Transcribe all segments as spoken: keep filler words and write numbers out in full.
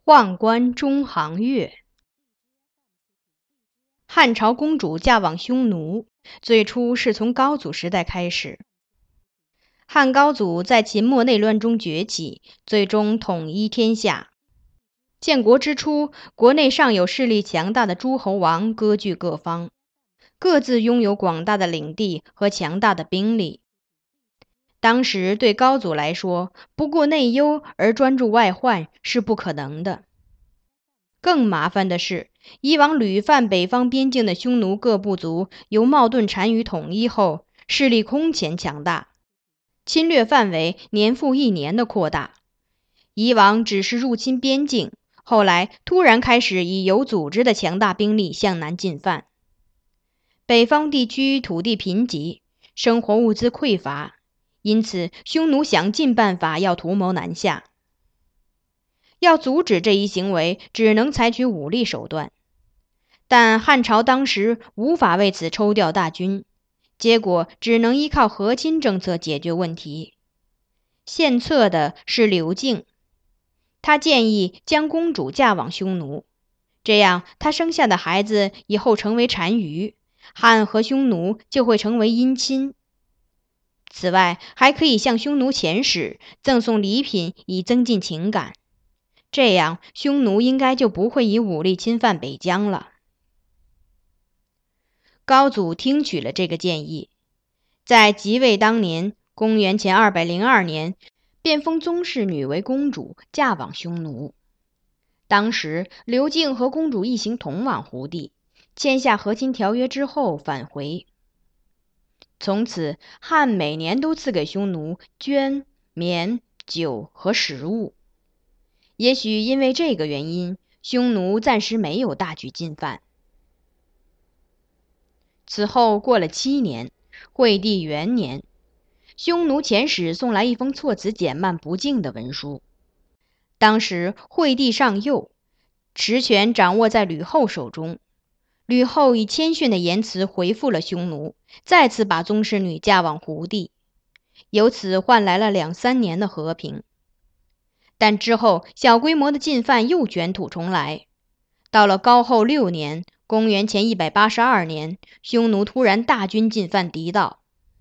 宦官中行月。汉朝公主嫁往匈奴，最初是从高祖时代开始。汉高祖在秦末内乱中崛起，最终统一天下。建国之初，国内尚有势力强大的诸侯王割据各方，各自拥有广大的领地和强大的兵力。当时对高祖来说，不顾内忧而专注外患是不可能的。更麻烦的是，以往屡犯北方边境的匈奴各部族由冒顿单于统一后，势力空前强大，侵略范围年复一年的扩大。以往只是入侵边境，后来突然开始以有组织的强大兵力向南进犯。北方地区土地贫瘠，生活物资匮乏，因此匈奴想尽办法要图谋南下。要阻止这一行为，只能采取武力手段，但汉朝当时无法为此抽调大军，结果只能依靠和亲政策解决问题。献策的是刘敬，他建议将公主嫁往匈奴，这样他生下的孩子以后成为单于，汉和匈奴就会成为姻亲。此外，还可以向匈奴遣使，赠送礼品以增进情感。这样，匈奴应该就不会以武力侵犯北疆了。高祖听取了这个建议，在即位当年，公元前二百零二年，便封宗室女为公主，嫁往匈奴。当时，刘敬和公主一行同往胡地，签下和亲条约之后返回。从此，汉每年都赐给匈奴绢、棉、酒和食物。也许因为这个原因，匈奴暂时没有大举进犯。此后过了七年，惠帝元年，匈奴遣使送来一封措辞简慢不敬的文书。当时惠帝尚幼，实权掌握在吕后手中。吕后以谦逊的言辞回复了匈奴，再次把宗室女嫁往胡地，由此换来了两三年的和平。但之后小规模的进犯又卷土重来。到了高后六年，公元前一百八十二年，匈奴突然大军进犯狄道。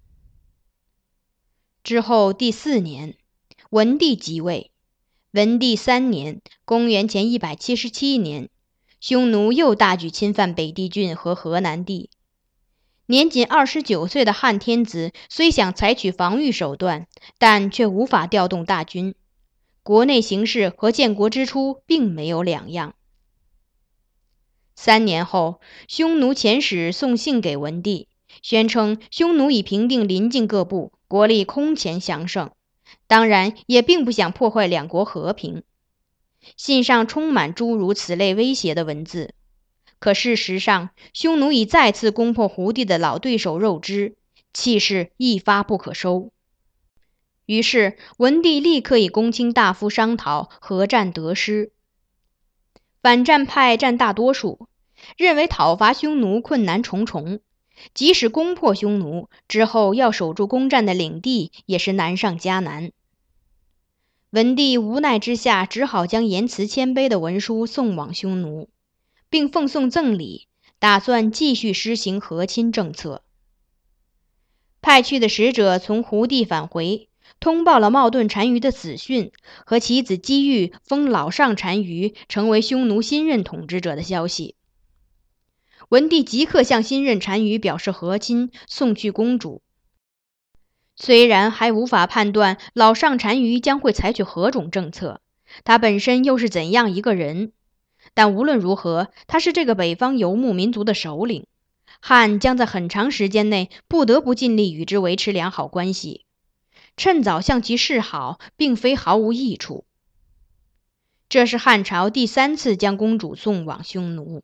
之后第四年，文帝即位。文帝三年，公元前一百七十七年，匈奴又大举侵犯北地郡和河南地。年仅二十九岁的汉天子虽想采取防御手段，但却无法调动大军。国内形势和建国之初并没有两样。三年后，匈奴遣使送信给文帝，宣称匈奴已平定邻近各部，国力空前强盛，当然也并不想破坏两国和平。信上充满诸如此类威胁的文字，可事实上，匈奴已再次攻破胡地的老对手肉支，气势一发不可收。于是文帝立刻与公卿大夫商讨，合战得失。反战派占大多数，认为讨伐匈奴困难重重，即使攻破匈奴之后，要守住攻占的领地也是难上加难。文帝无奈之下，只好将言辞谦卑的文书送往匈奴，并奉送赠礼，打算继续施行和亲政策。派去的使者从胡地返回，通报了冒顿单于的死讯和其子姬玉封老上单于成为匈奴新任统治者的消息。文帝即刻向新任单于表示和亲，送去公主。虽然还无法判断老上单于将会采取何种政策，他本身又是怎样一个人，但无论如何，他是这个北方游牧民族的首领，汉将在很长时间内不得不尽力与之维持良好关系。趁早向其示好，并非毫无益处。这是汉朝第三次将公主送往匈奴。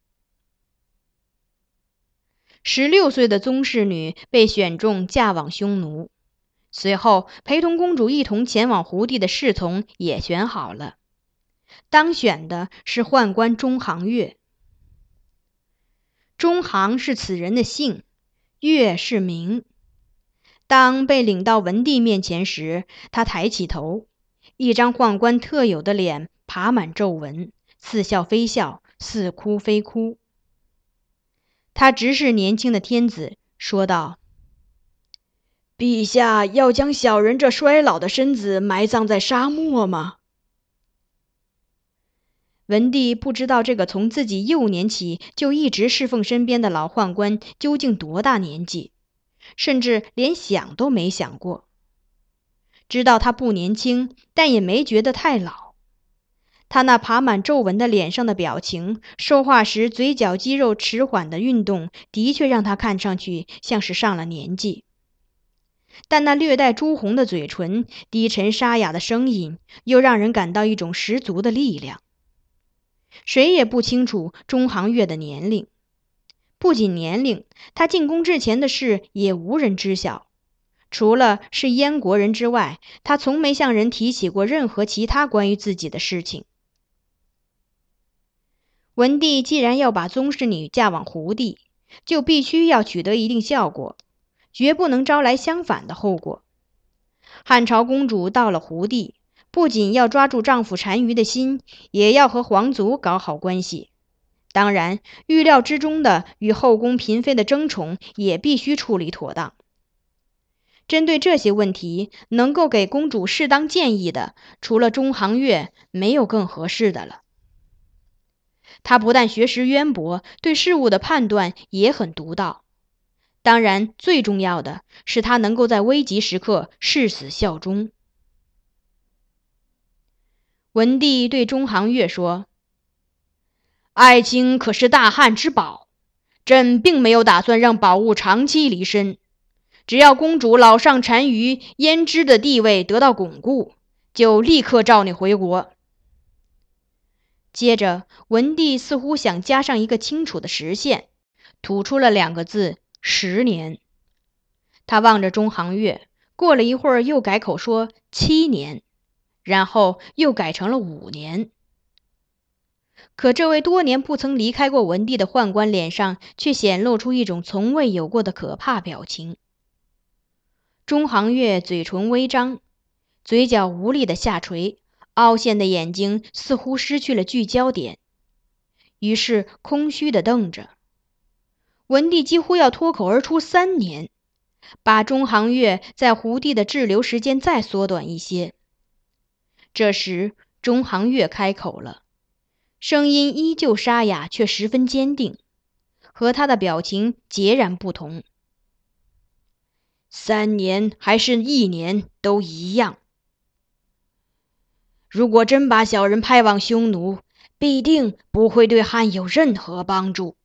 十六岁的宗室女被选中嫁往匈奴，随后陪同公主一同前往胡地的侍从也选好了。当选的是宦官中行月。中行是此人的姓，月是名。当被领到文帝面前时，他抬起头，一张宦官特有的脸爬满皱纹，似笑非笑，似哭非哭。他直视年轻的天子，说道：陛下要将小人这衰老的身子埋葬在沙漠吗？文帝不知道这个从自己幼年起就一直侍奉身边的老宦官究竟多大年纪，甚至连想都没想过。知道他不年轻，但也没觉得太老。他那爬满皱纹的脸上的表情，说话时嘴角肌肉迟缓的运动，的确让他看上去像是上了年纪。但那略带朱红的嘴唇，低沉沙哑的声音，又让人感到一种十足的力量。谁也不清楚中行月的年龄，不仅年龄，他进宫之前的事也无人知晓。除了是燕国人之外，他从没向人提起过任何其他关于自己的事情。文帝既然要把宗室女嫁往胡地，就必须要取得一定效果，绝不能招来相反的后果。汉朝公主到了胡地，不仅要抓住丈夫单于的心，也要和皇族搞好关系。当然，预料之中的与后宫嫔妃的争宠也必须处理妥当。针对这些问题，能够给公主适当建议的，除了中行月，没有更合适的了。他不但学识渊博，对事物的判断也很独到。当然，最重要的是他能够在危急时刻誓死效忠。文帝对中行月说：爱卿可是大汉之宝，朕并没有打算让宝物长期离身，只要公主老上单于胭脂的地位得到巩固，就立刻召你回国。接着，文帝似乎想加上一个清楚的时限，吐出了两个字：十年。他望着中行月，过了一会儿又改口说七年，然后又改成了五年。可这位多年不曾离开过文帝的宦官脸上却显露出一种从未有过的可怕表情。中行月嘴唇微张，嘴角无力地下垂，凹陷的眼睛似乎失去了聚焦点，于是空虚地瞪着。文帝几乎要脱口而出三年，把中行月在胡地的滞留时间再缩短一些。这时中行月开口了，声音依旧沙哑，却十分坚定，和他的表情截然不同。三年还是一年都一样。如果真把小人派往匈奴，必定不会对汉有任何帮助。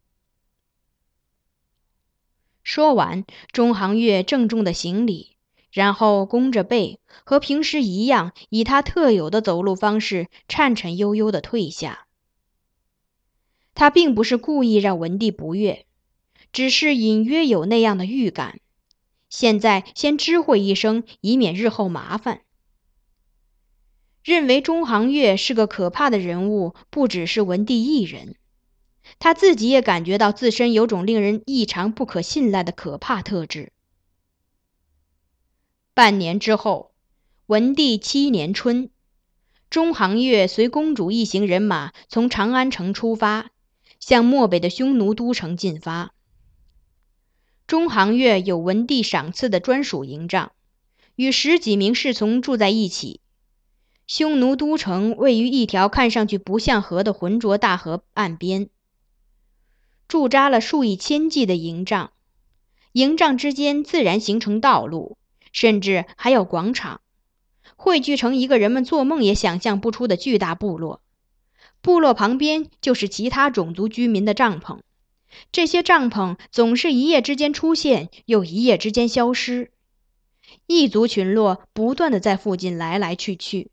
说完，中行月郑重地行礼，然后弓着背，和平时一样，以他特有的走路方式颤颤悠悠地退下。他并不是故意让文帝不悦，只是隐约有那样的预感。现在先知会一声，以免日后麻烦。认为中行月是个可怕的人物，不只是文帝一人，他自己也感觉到自身有种令人异常不可信赖的可怕特质。半年之后，文帝七年春，中行月随公主一行人马从长安城出发，向漠北的匈奴都城进发。中行月有文帝赏赐的专属营帐，与十几名侍从住在一起。匈奴都城位于一条看上去不像河的浑浊大河岸边，驻扎了数以千计的营帐，营帐之间自然形成道路，甚至还有广场，汇聚成一个人们做梦也想象不出的巨大部落。部落旁边就是其他种族居民的帐篷，这些帐篷总是一夜之间出现，又一夜之间消失，异族群落不断地在附近来来去去。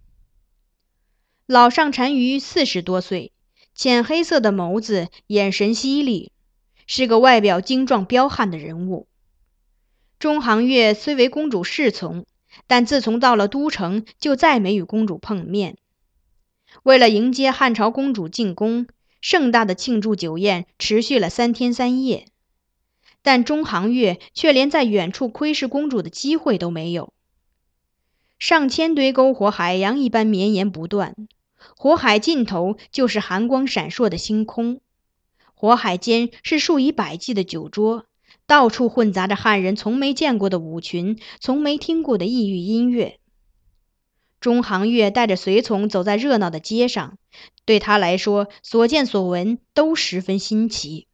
老上单于四十多岁，浅黑色的眸子，眼神犀利，是个外表精壮彪悍的人物。中行月虽为公主侍从，但自从到了都城，就再没与公主碰面。为了迎接汉朝公主进宫，盛大的庆祝酒宴持续了三天三夜，但中行月却连在远处窥视公主的机会都没有。上千堆篝火海洋一般绵延不断， 火海尽头就是寒光闪烁的星空，火海间是数以百计的酒桌，到处混杂着汉人从没见过的舞群，从没听过的异域音乐。中行月带着随从走在热闹的街上，对他来说，所见所闻都十分新奇。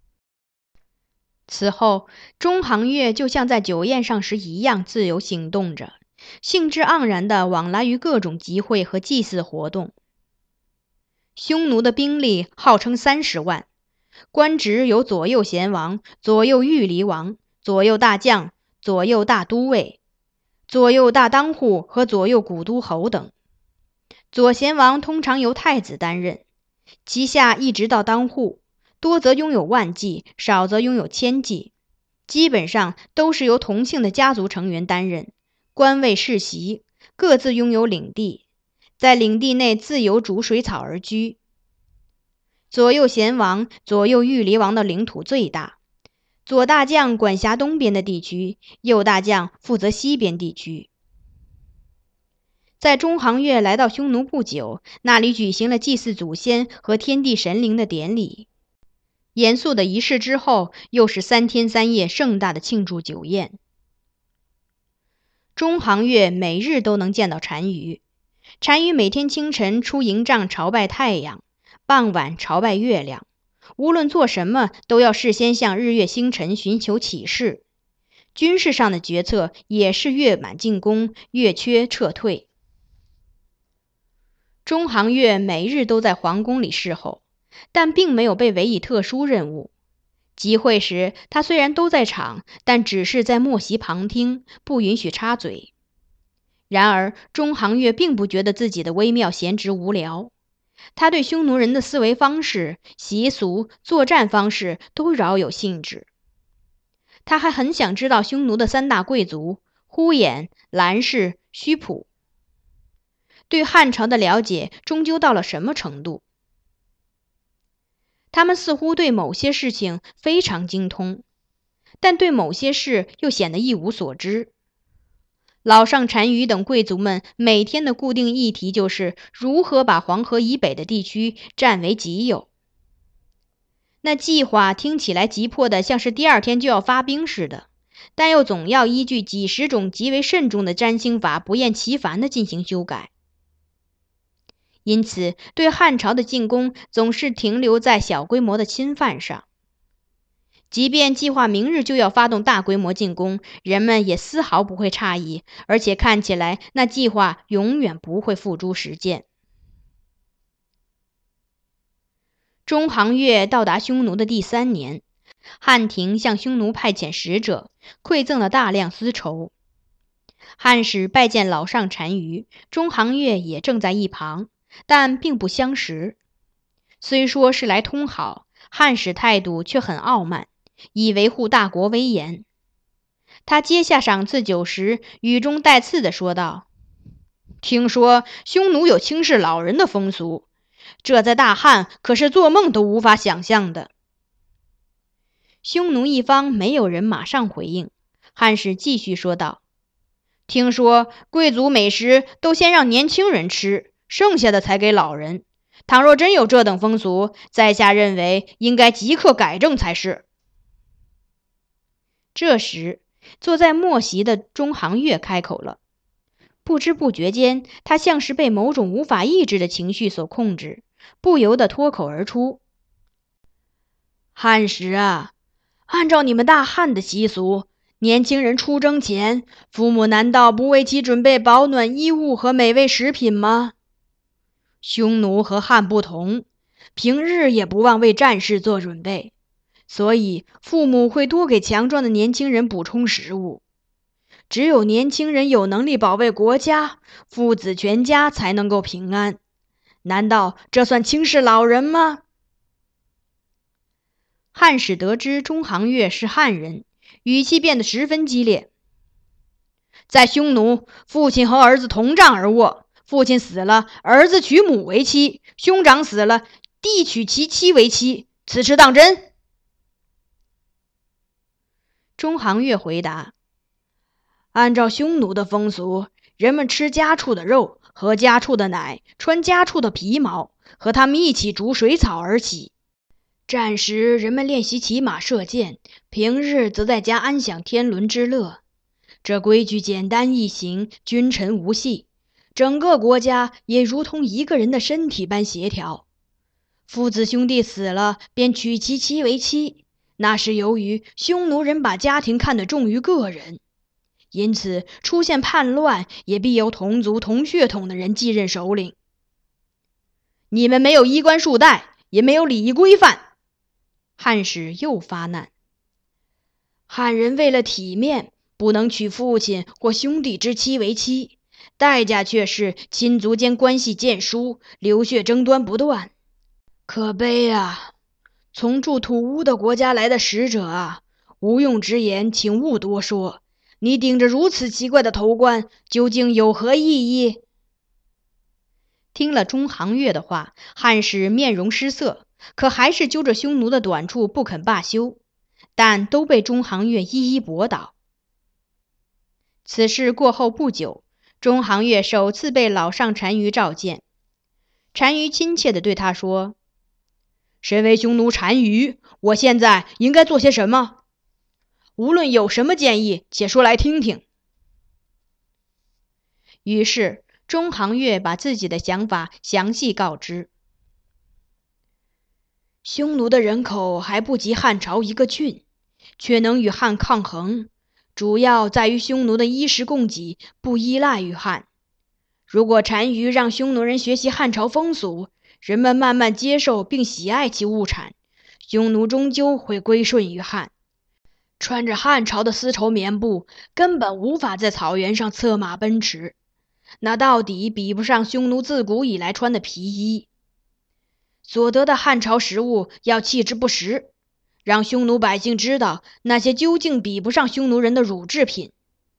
此后，中行月就像在酒宴上时一样自由行动着，兴致盎然地往来于各种集会和祭祀活动。匈奴的兵力号称三十万，官职有左右贤王、左右御黎王、左右大将、左右大都尉、左右大当户和左右古都侯等。左贤王通常由太子担任，其下一直到当户，多则拥有万骑，少则拥有千骑，基本上都是由同姓的家族成员担任，官位世袭，各自拥有领地，在领地内自由逐水草而居。左右贤王、左右御黎王的领土最大，左大将管辖东边的地区，右大将负责西边地区。在中行月来到匈奴不久，那里举行了祭祀祖先和天地神灵的典礼。严肃的仪式之后，又是三天三夜盛大的庆祝酒宴。中行月每日都能见到单于，单于每天清晨出营帐朝拜太阳，傍晚朝拜月亮，无论做什么都要事先向日月星辰寻求启示。军事上的决策也是月满进攻，月缺撤退。中行月每日都在皇宫里侍候，但并没有被委以特殊任务。集会时，他虽然都在场，但只是在末席旁听，不允许插嘴。然而，中行月并不觉得自己的微妙闲职无聊，他对匈奴人的思维方式、习俗、作战方式都饶有兴致。他还很想知道匈奴的三大贵族呼延、兰氏、须普对汉朝的了解终究到了什么程度。他们似乎对某些事情非常精通，但对某些事又显得一无所知。老上单于等贵族们每天的固定议题就是如何把黄河以北的地区占为己有。那计划听起来急迫的像是第二天就要发兵似的，但又总要依据几十种极为慎重的占星法不厌其烦地进行修改。因此，对汉朝的进攻总是停留在小规模的侵犯上。即便计划明日就要发动大规模进攻，人们也丝毫不会诧异，而且看起来那计划永远不会付诸实践。中行月到达匈奴的第三年，汉廷向匈奴派遣使者，馈赠了大量丝绸。汉使拜见老上单于，中行月也正在一旁，但并不相识。虽说是来通好，汉使态度却很傲慢，以维护大国威严。他接下赏赐酒时，语中带刺地说道：“听说匈奴有轻视老人的风俗，这在大汉可是做梦都无法想象的。”匈奴一方没有人马上回应，汉使继续说道：“听说贵族美食都先让年轻人吃，剩下的才给老人。倘若真有这等风俗，在下认为应该即刻改正才是。”这时，坐在末席的中行月开口了。不知不觉间，他像是被某种无法抑制的情绪所控制，不由得脱口而出：“汉使啊，按照你们大汉的习俗，年轻人出征前，父母难道不为其准备保暖衣物和美味食品吗？匈奴和汉不同，平日也不忘为战事做准备，所以父母会多给强壮的年轻人补充食物。只有年轻人有能力保卫国家，父子全家才能够平安。难道这算轻视老人吗？”汉使得知中行月是汉人，语气变得十分激烈。在匈奴，父亲和儿子同帐而卧，父亲死了，儿子娶母为妻；兄长死了，弟娶其妻为妻，此事当真？中行月回答：“按照匈奴的风俗，人们吃家畜的肉， 喝家畜的奶，穿家畜的皮毛，和他们一起逐水草而起。战时人们练习骑马射箭，平日则在家安享天伦之乐。这规矩简单易行，君臣无戏，整个国家也如同一个人的身体般协调。父子兄弟死了，便娶其妻为妻，那是由于匈奴人把家庭看得重于个人，因此出现叛乱，也必由同族同血统的人继任首领。你们没有衣冠束带，也没有礼仪规范。汉使又发难。汉人为了体面，不能娶父亲或兄弟之妻为妻，代价却是亲族间关系渐疏，流血争端不断。可悲啊！从住土屋的国家来的使者啊，无用之言请勿多说。你顶着如此奇怪的头冠，究竟有何意义？ 听了中行月的话，汉使面容失色，可还是揪着匈奴的短处不肯罢休，但都被中行月一一驳倒。此事过后不久，中行月首次被老上单于召见。单于亲切地对他说：身为匈奴单于，我现在应该做些什么？无论有什么建议，且说来听听。于是中行月把自己的想法详细告知。 匈奴的人口还不及汉朝一个郡，却能与汉抗衡，主要在于匈奴的衣食供给不依赖于汉。如果单于让匈奴人学习汉朝风俗，人们慢慢接受并喜爱其物产，匈奴终究会归顺于汉。穿着汉朝的丝绸棉布，根本无法在草原上策马奔驰，那到底比不上匈奴自古以来穿的皮衣。所得的汉朝食物要弃之不食，让匈奴百姓知道那些究竟比不上匈奴人的乳制品。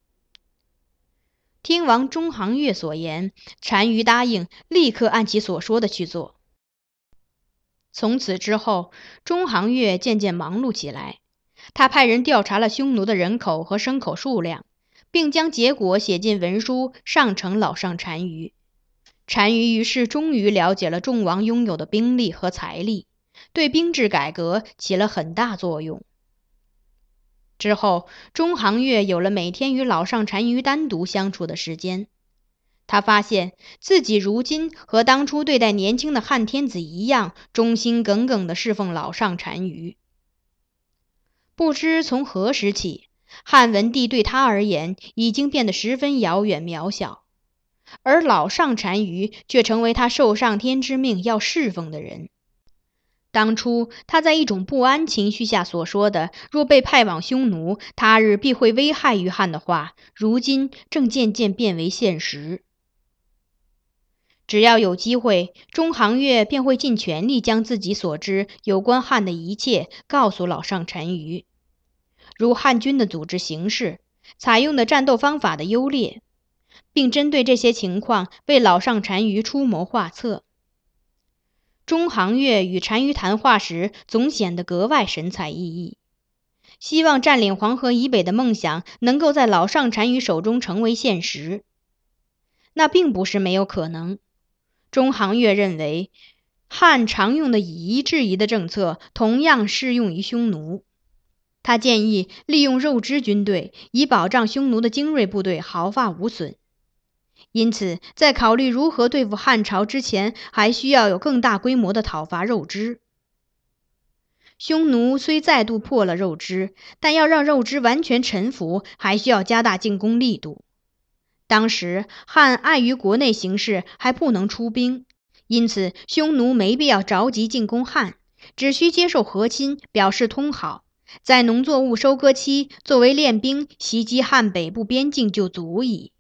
听完中行月所言，单于答应，立刻按其所说的去做。从此之后，中行月渐渐忙碌起来。他派人调查了匈奴的人口和牲口数量，并将结果写进文书上呈老上单于。单于于是终于了解了众王拥有的兵力和财力，对兵制改革起了很大作用。之后，中行月有了每天与老上单于单独相处的时间。他发现自己如今和当初对待年轻的汉天子一样，忠心耿耿地侍奉老上单于。不知从何时起，汉文帝对他而言已经变得十分遥远渺小，而老上单于却成为他受上天之命要侍奉的人。当初他在一种不安情绪下所说的若被派往匈奴，他日必会危害于汉的话，如今正渐渐变为现实。只要有机会，中行月便会尽全力将自己所知有关汉的一切告诉老上单于，如汉军的组织形式、采用的战斗方法的优劣，并针对这些情况为老上单于出谋划策。中行月与单于谈话时总显得格外神采奕奕，希望占领黄河以北的梦想能够在老上单于手中成为现实。那并不是没有可能。中行月认为，汉常用的以夷制夷的政策同样适用于匈奴。他建议利用肉支军队，以保障匈奴的精锐部队毫发无损。因此，在考虑如何对付汉朝之前，还需要有更大规模的讨伐肉支。匈奴虽再度破了肉支，但要让肉支完全臣服，还需要加大进攻力度。当时汉碍于国内形势还不能出兵，因此匈奴没必要着急进攻汉，只需接受和亲，表示通好，在农作物收割期作为练兵袭击汉北部边境就足矣。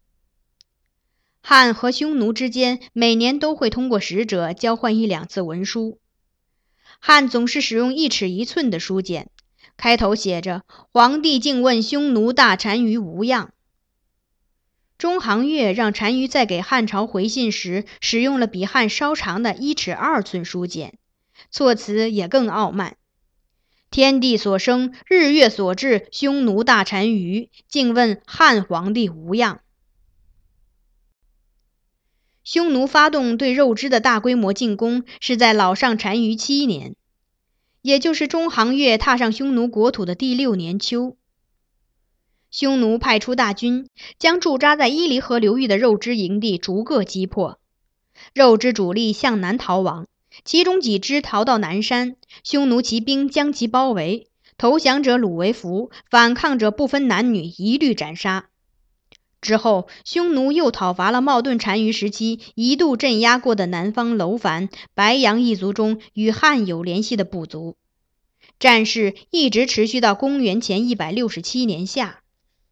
汉和匈奴之间每年都会通过使者交换一两次文书，汉总是使用一尺一寸的书简，开头写着皇帝敬问匈奴大单于无恙。中行月让单于在给汉朝回信时使用了比汉稍长的一尺二寸书简，措辞也更傲慢。天地所生，日月所至，匈奴大单于，敬问汉皇帝无恙。 匈奴发动对肉支的大规模进攻是在老上单于七年，也就是中行月踏上匈奴国土的第六年秋。匈奴派出大军，将驻扎在伊犁河流域的肉支营地逐个击破。肉支主力向南逃亡，其中几支逃到南山，匈奴骑兵将其包围，投降者虏为俘，反抗者不分男女，一律斩杀。之后，匈奴又讨伐了冒顿单于时期一度镇压过的南方楼烦、白羊一族中与汉有联系的部族，战事一直持续到公元前一百六十七年夏。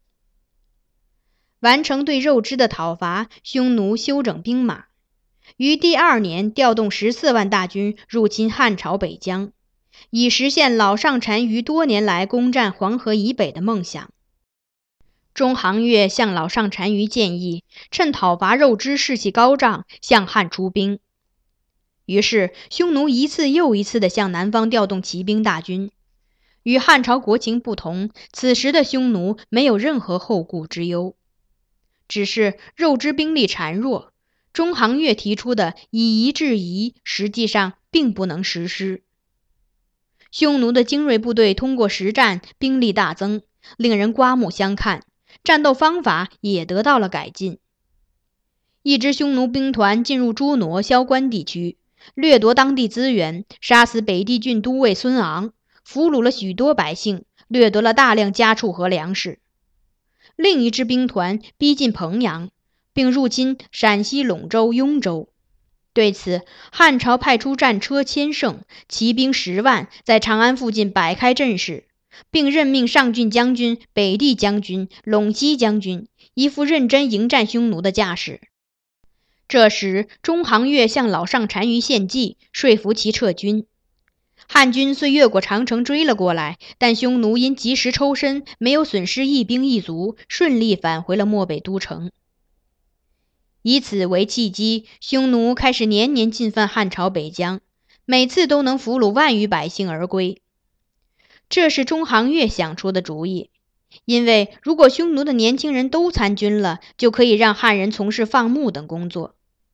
完成对肉支的讨伐，匈奴休整兵马，于第二年调动十四万大军入侵汉朝北疆，以实现老上单于多年来攻占黄河以北的梦想。中行月向老上单于建议，趁讨伐肉支士气高涨，向汉出兵。于是匈奴一次又一次地向南方调动骑兵大军。与汉朝国情不同，此时的匈奴没有任何后顾之忧，只是肉支兵力孱弱，中行月提出的以夷制夷实际上并不能实施。匈奴的精锐部队通过实战兵力大增，令人刮目相看，战斗方法也得到了改进。一支匈奴兵团进入朱挪、萧关地区，掠夺当地资源，杀死北地郡都尉孙昂，俘虏了许多百姓，掠夺了大量家畜和粮食。另一支兵团逼近彭阳，并入侵陕西陇州、雍州。对此，汉朝派出战车千乘，骑兵十万，在长安附近摆开阵势，并任命上郡将军、北地将军、陇西将军，一副认真迎战匈奴的架势。这时，中行月向老上单于献计，说服其撤军。汉军虽越过长城追了过来，但匈奴因及时抽身，没有损失一兵一卒，顺利返回了漠北都城。以此为契机，匈奴开始年年进犯汉朝北疆，每次都能俘虏万余百姓而归。这是中行月想出的主意，因为如果匈奴的年轻人都参军了，就可以让汉人从事放牧等工作。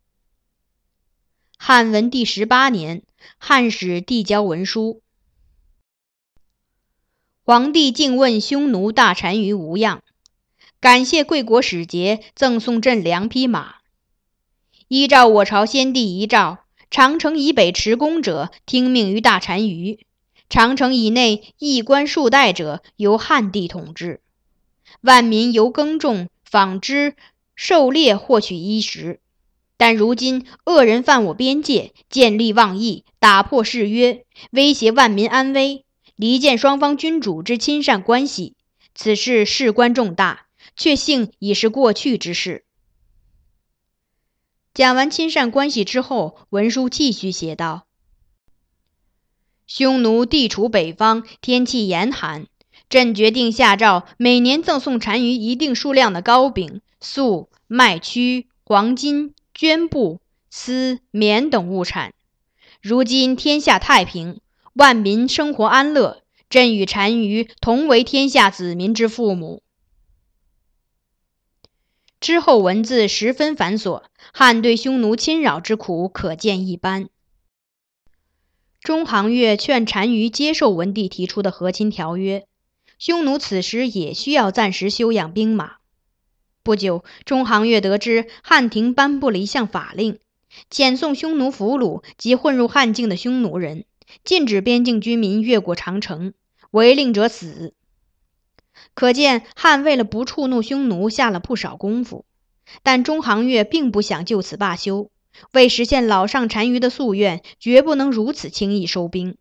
汉文帝十八年，汉使递交文书，皇帝敬问匈奴大单于无恙，感谢贵国使节赠送朕两匹马。依照我朝先帝遗诏，长城以北持弓者听命于大单于，长城以内役官戍代者由汉帝统治，万民由耕种、纺织、狩猎获取衣食。但如今恶人犯我边界，建立妄议，打破誓约，威胁万民安危，离间双方君主之亲善关系，此事事关重大，却幸已是过去之事。讲完亲善关系之后，文书继续写道：匈奴地处北方，天气严寒，朕决定下诏，每年赠送单于一定数量的糕饼、粟、麦曲、黄金、绢布、丝、棉等物产。如今天下太平，万民生活安乐，朕与单于同为天下子民之父母。之后文字十分繁琐，汉对匈奴侵扰之苦可见一斑。中行月劝单于接受文帝提出的和亲条约，匈奴此时也需要暂时休养兵马。不久，中行月得知汉廷颁布了一项法令，遣送匈奴俘虏及混入汉境的匈奴人，禁止边境居民越过长城，违令者死。可见汉为了不触怒匈奴下了不少功夫，但中行月并不想就此罢休，为实现老上单于的夙愿，绝不能如此轻易收兵。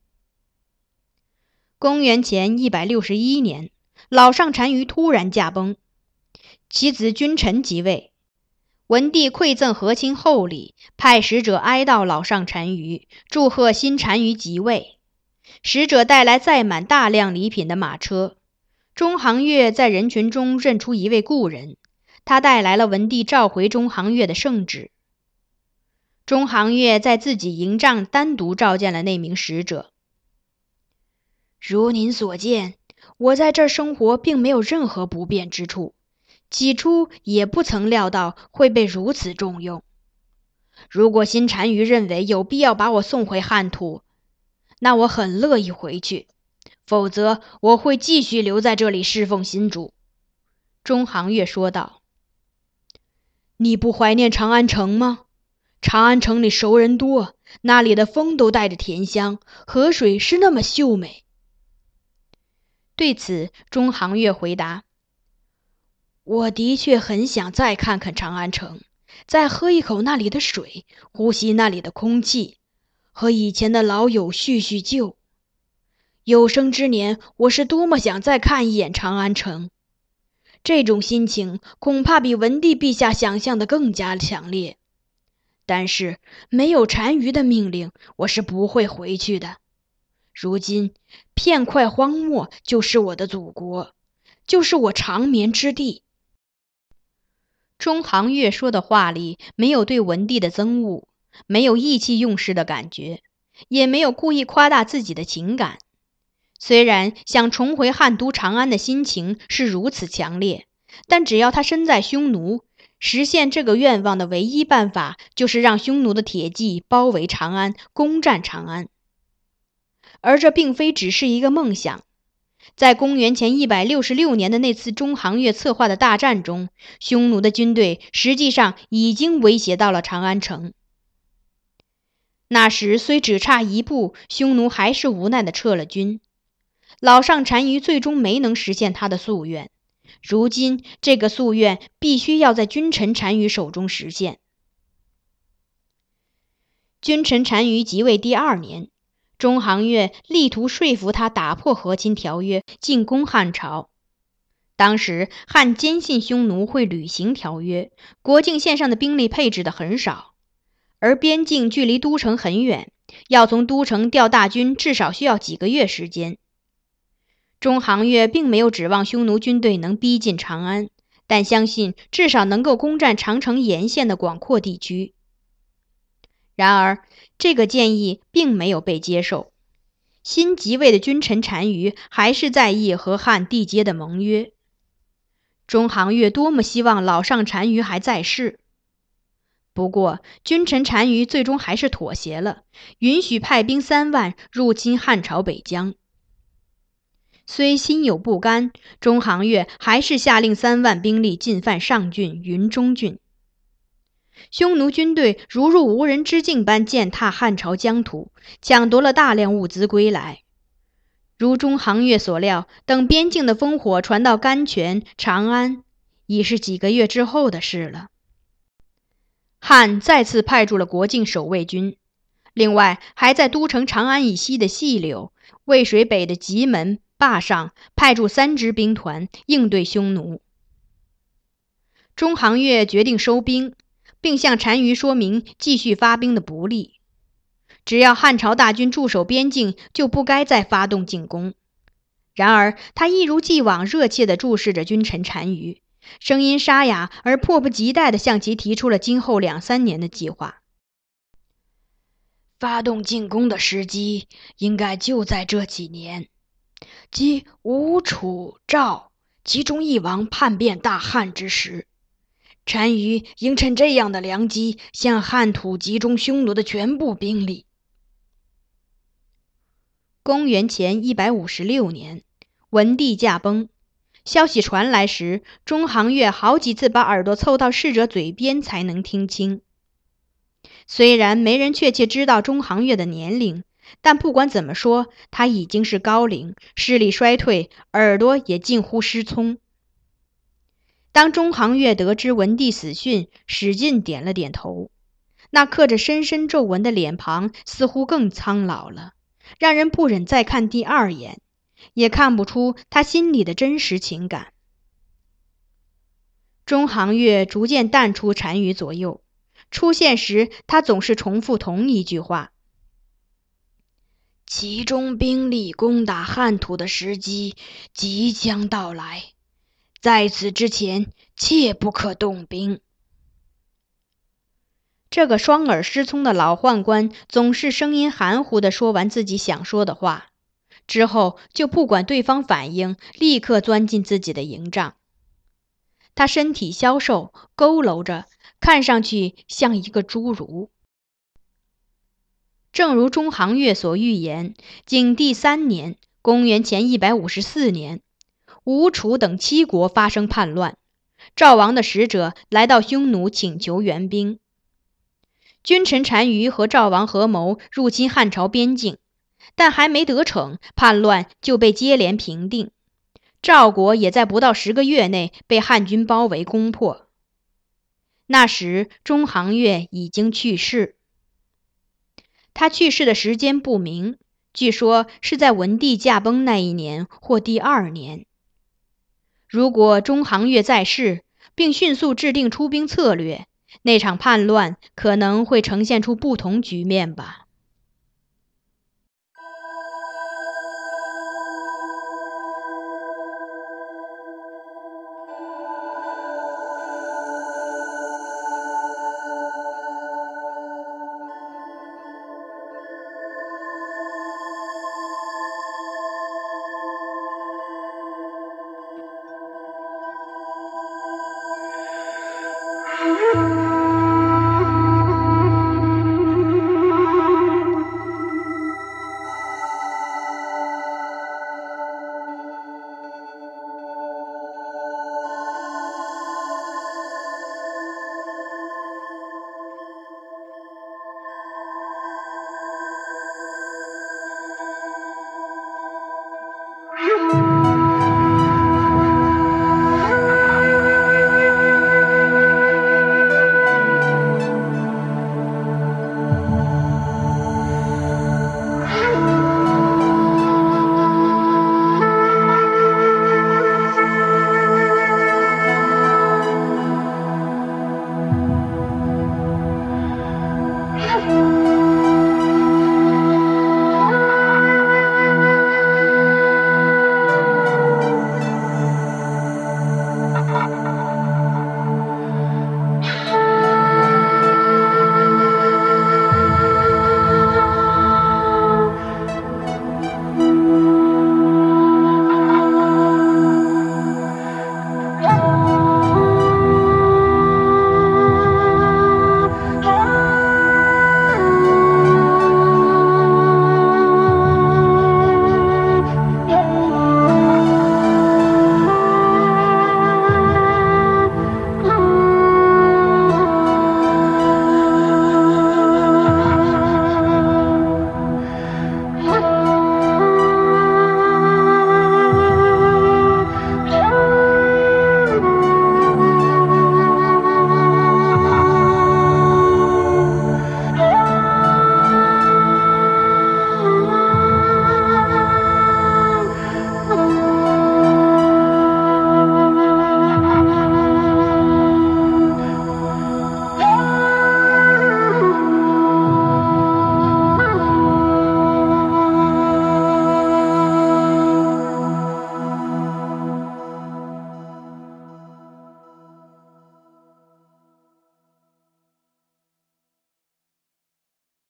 公元前一百六十一年，老上单于突然驾崩，其子君臣即位。文帝馈赠和亲厚礼，派使者哀悼老上单于，祝贺新单于即位。使者带来载满大量礼品的马车。中行月在人群中认出一位故人，他带来了文帝召回中行月的圣旨。中行月在自己营帐单独召见了那名使者。如您所见，我在这儿生活并没有任何不便之处，起初也不曾料到会被如此重用。 如果新单于认为有必要把我送回汉土，那我很乐意回去，否则我会继续留在这里侍奉新主。” 中行月说道。 “你不怀念长安城吗？长安城里熟人多，那里的风都带着甜香，河水是那么秀美。” 对此，中行月回答：“ 我的确很想再看看长安城，再喝一口那里的水，呼吸那里的空气，和以前的老友叙叙旧。有生之年，我是多么想再看一眼长安城。这种心情恐怕比文帝陛下想象的更加强烈。但是没有单于的命令，我是不会回去的。如今片块荒漠就是我的祖国，就是我长眠之地。” 中行月说的话里没有对文帝的憎恶，没有意气用事的感觉，也没有故意夸大自己的情感。虽然想重回汉都长安的心情是如此强烈，但只要他身在匈奴，实现这个愿望的唯一办法就是让匈奴的铁骑包围长安，攻占长安。而这并非只是一个梦想。在公元前一百六十六年的那次中行月策划的大战中，匈奴的军队实际上已经威胁到了长安城。那时虽只差一步，匈奴还是无奈地撤了军。老上单于最终没能实现他的夙愿，如今这个夙愿必须要在君臣单于手中实现。君臣单于即位第二年，中行月力图说服他打破和亲条约，进攻汉朝。当时汉坚信匈奴会履行条约，国境线上的兵力配置的很少，而边境距离都城很远，要从都城调大军至少需要几个月时间。中行月并没有指望匈奴军队能逼近长安，但相信至少能够攻占长城沿线的广阔地区。然而，这个建议并没有被接受。新即位的君臣单于还是在意和汉缔结的盟约。中行月多么希望老上单于还在世。不过，君臣单于最终还是妥协了，允许派兵三万入侵汉朝北疆。虽心有不甘，中行月还是下令三万兵力进犯上郡、云中郡。匈奴军队如入无人之境般践踏汉朝疆土，抢夺了大量物资归来。如中行月所料，等边境的烽火传到甘泉、长安，已是几个月之后的事了。汉再次派驻了国境守卫军，另外还在都城长安以西的细柳、渭水北的棘门、坝上派驻三支兵团应对匈奴。中行月决定收兵，并向单于说明继续发兵的不利。只要汉朝大军驻守边境，就不该再发动进攻。然而他一如既往热切地注视着君臣单于，声音沙哑而迫不及待地向其提出了今后两三年的计划。 发动进攻的时机应该就在这几年，即吴、楚、赵其中一王叛变大汉之时，单于应趁这样的良机，向汉土集中匈奴的全部兵力。 公元前一百五十六年，文帝驾崩。消息传来时，中行月好几次把耳朵凑到逝者嘴边才能听清。虽然没人确切知道中行月的年龄，但不管怎么说，他已经是高龄，视力衰退，耳朵也近乎失聪。当中行月得知文帝死讯，使劲点了点头，那刻着深深皱纹的脸庞似乎更苍老了，让人不忍再看第二眼，也看不出他心里的真实情感。中行月逐渐淡出单于左右，出现时他总是重复同一句话： 集中兵力攻打汉土的时机即将到来，在此之前切不可动兵。 这个双耳失聪的老宦官总是声音含糊地说完自己想说的话，之后就不管对方反应，立刻钻进自己的营帐。他身体消瘦，佝偻着， 看上去像一个侏儒。 正如中行月所预言，景帝三年（公元前一百五十四年），吴楚等七国发生叛乱，赵王的使者来到匈奴请求援兵。君臣单于和赵王合谋入侵汉朝边境，但还没得逞，叛乱就被接连平定。赵国也在不到十个月内被汉军包围攻破。那时中行月已经去世。他去世的时间不明，据说是在文帝驾崩那一年或第二年。如果中行月在世，并迅速制定出兵策略，那场叛乱可能会呈现出不同局面吧。